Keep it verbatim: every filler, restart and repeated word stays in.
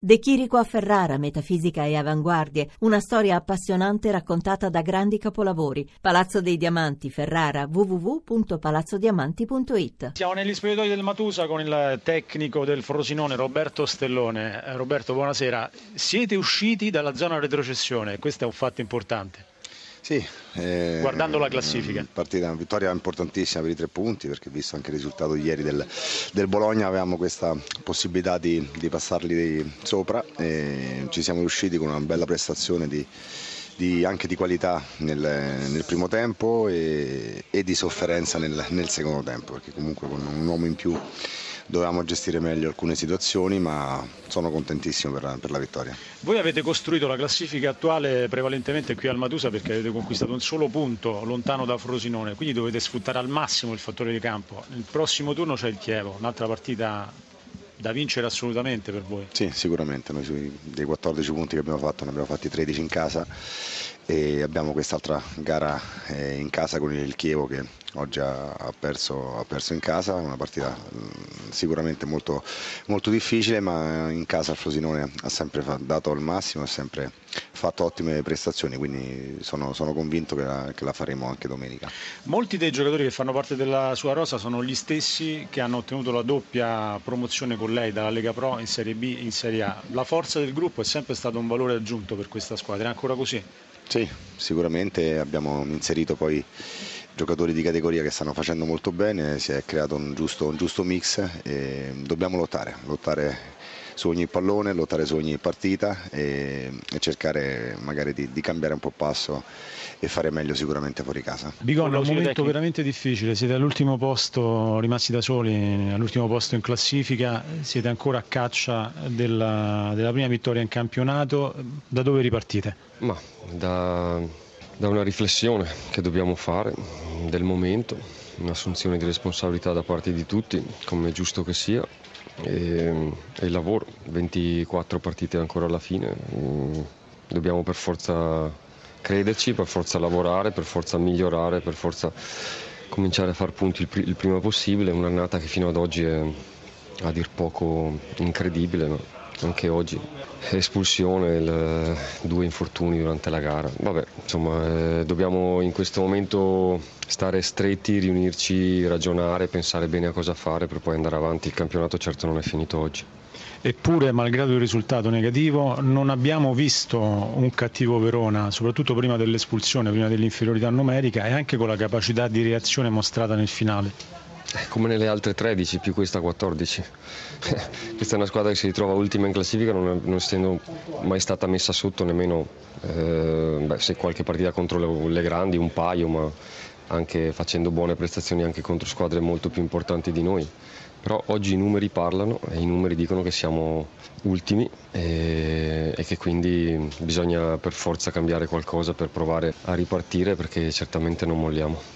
De Chirico a Ferrara, metafisica e avanguardie, una storia appassionante raccontata da grandi capolavori. Palazzo dei Diamanti, Ferrara, w w w punto palazzo diamanti punto it. Siamo negli spogliatoi del Matusa con il tecnico del Frosinone, Roberto Stellone. Eh, Roberto, buonasera. Siete usciti dalla zona retrocessione, questo è un fatto importante. Sì, eh, guardando la classifica. Partita, una vittoria importantissima per i tre punti, perché visto anche il risultato ieri del, del Bologna avevamo questa possibilità di, di passarli di, sopra e ci siamo riusciti con una bella prestazione di, di, anche di qualità nel, nel primo tempo e, e di sofferenza nel, nel secondo tempo, perché comunque con un uomo in più dovevamo gestire meglio alcune situazioni, ma sono contentissimo per la, per la vittoria. Voi avete costruito la classifica attuale prevalentemente qui al Matusa perché avete conquistato un solo punto lontano da Frosinone, quindi dovete sfruttare al massimo il fattore di campo. Il prossimo turno c'è il Chievo, un'altra partita da vincere assolutamente per voi. Sì, sicuramente. Noi sui, dei quattordici punti che abbiamo fatto ne abbiamo fatti tredici in casa e abbiamo quest'altra gara eh, in casa con il Chievo che oggi ha, ha, perso, ha perso in casa, una partita mh, sicuramente molto, molto difficile, ma in casa il Frosinone ha sempre dato il massimo, ha sempre fatto ottime prestazioni, quindi sono, sono convinto che la, che la faremo anche domenica. Molti dei giocatori che fanno parte della sua rosa sono gli stessi che hanno ottenuto la doppia promozione con lei dalla Lega Pro in Serie B in Serie A. La forza del gruppo è sempre stato un valore aggiunto per questa squadra, è ancora così? Sì, sicuramente abbiamo inserito poi giocatori di categoria che stanno facendo molto bene, si è creato un giusto, un giusto mix e dobbiamo lottare, lottare su ogni pallone, lottare su ogni partita e, e cercare magari di, di cambiare un po' passo e fare meglio sicuramente fuori casa. Bigonna, è un momento tecnico veramente difficile, siete all'ultimo posto, rimasti da soli, all'ultimo posto in classifica, siete ancora a caccia della, della prima vittoria in campionato, da dove ripartite? Ma da, da una riflessione che dobbiamo fare del momento, un'assunzione di responsabilità da parte di tutti, come è giusto che sia, e, e il lavoro, ventiquattro partite ancora alla fine, dobbiamo per forza crederci, per forza lavorare, per forza migliorare, per forza cominciare a far punti il, pr- il prima possibile, un'annata che fino ad oggi è a dir poco incredibile, ma anche oggi espulsione, il, due infortuni durante la gara, vabbè, insomma eh, dobbiamo in questo momento stare stretti, riunirci, ragionare, pensare bene a cosa fare per poi andare avanti. Il campionato certo non è finito oggi. Eppure, malgrado il risultato negativo, non abbiamo visto un cattivo Verona, soprattutto prima dell'espulsione, prima dell'inferiorità numerica e anche con la capacità di reazione mostrata nel finale. Come nelle altre tredici, più questa quattordici. Questa è una squadra che si ritrova ultima in classifica, non, non essendo mai stata messa sotto nemmeno, eh, beh, se qualche partita contro le, le grandi, un paio, ma anche facendo buone prestazioni anche contro squadre molto più importanti di noi. Però oggi i numeri parlano e i numeri dicono che siamo ultimi e, e che quindi bisogna per forza cambiare qualcosa per provare a ripartire, perché certamente non molliamo.